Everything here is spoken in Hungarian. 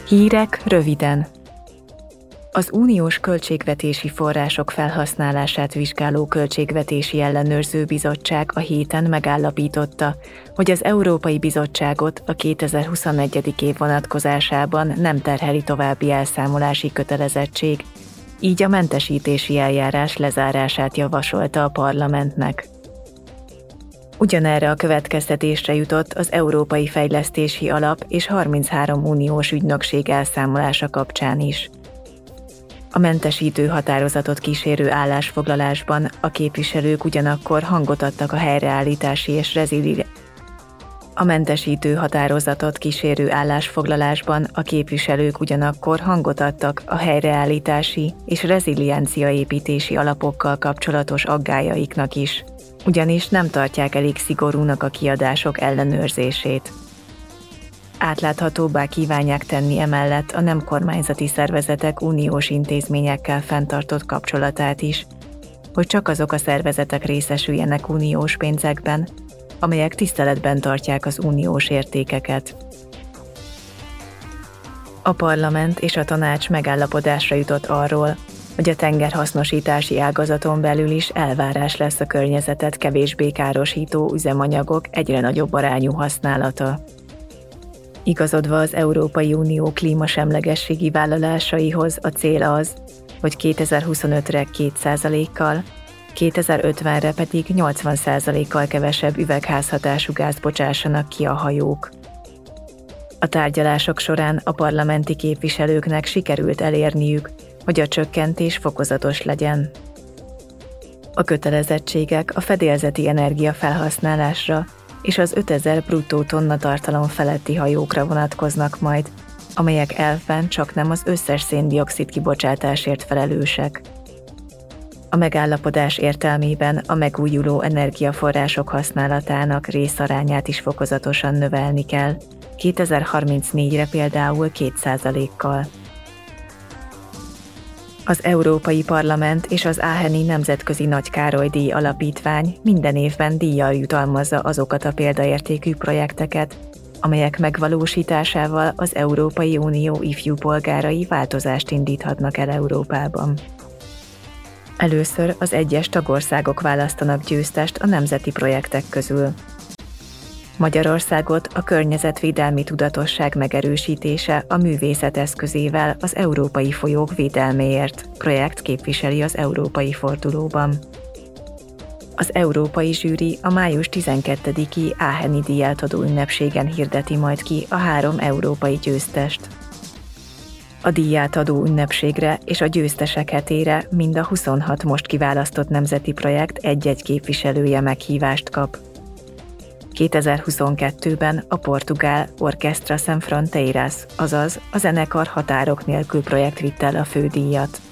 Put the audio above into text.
Hírek röviden. Az uniós költségvetési források felhasználását vizsgáló Költségvetési Ellenőrző Bizottság a héten megállapította, hogy az Európai Bizottságot a 2021. év vonatkozásában nem terheli további elszámolási kötelezettség, így a mentesítési eljárás lezárását javasolta a parlamentnek. Ugyanerre a következtetésre jutott az Európai Fejlesztési Alap és 33 uniós ügynökség elszámolása kapcsán is. A mentesítő határozatot kísérő állásfoglalásban a képviselők ugyanakkor hangot adtak a helyreállítási és rezilienciaépítési alapokkal kapcsolatos aggályaiknak is, ugyanis nem tartják elég szigorúnak a kiadások ellenőrzését. Átláthatóbbá kívánják tenni emellett a nem kormányzati szervezetek uniós intézményekkel fenntartott kapcsolatát is, hogy csak azok a szervezetek részesüljenek uniós pénzekben, amelyek tiszteletben tartják az uniós értékeket. A parlament és a tanács megállapodásra jutott arról, hogy a tengerhasznosítási ágazaton belül is elvárás lesz a környezetet kevésbé károsító üzemanyagok egyre nagyobb arányú használata. Igazodva az Európai Unió klímasemlegességi vállalásaihoz, a cél az, hogy 2025-re 2%-kal, 2050-re pedig 80%-kal kevesebb üvegházhatású gázt bocsássanak ki a hajók. A tárgyalások során a parlamenti képviselőknek sikerült elérniük, hogy a csökkentés fokozatos legyen. A kötelezettségek a fedélzeti energiafelhasználásra és az 5000 bruttó tonna tartalom feletti hajókra vonatkoznak majd, amelyek elvben csaknem az összes szén-dioxid kibocsátásért felelősek. A megállapodás értelmében a megújuló energiaforrások használatának részarányát is fokozatosan növelni kell, 2034-re például 2%-kal. Az Európai Parlament és az Aacheni Nemzetközi Nagy Károly-díj Alapítvány minden évben díjjal jutalmazza azokat a példaértékű projekteket, amelyek megvalósításával az Európai Unió ifjú polgárai változást indíthatnak el Európában. Először az egyes tagországok választanak győztest a nemzeti projektek közül. Magyarországot a környezetvédelmi tudatosság megerősítése a művészet eszközével az Európai Folyók Védelméért projekt képviseli az európai fordulóban. Az európai zsűri a május 12-i Aacheni díjátadó ünnepségen hirdeti majd ki a 3 európai győztest. A díjátadó ünnepségre és a győztesek hetére mind a 26 most kiválasztott nemzeti projekt egy-egy képviselője meghívást kap. 2022-ben a portugál Orquestra Sem Fronteiras, azaz a zenekar határok nélkül projekt vitte el a fődíjat.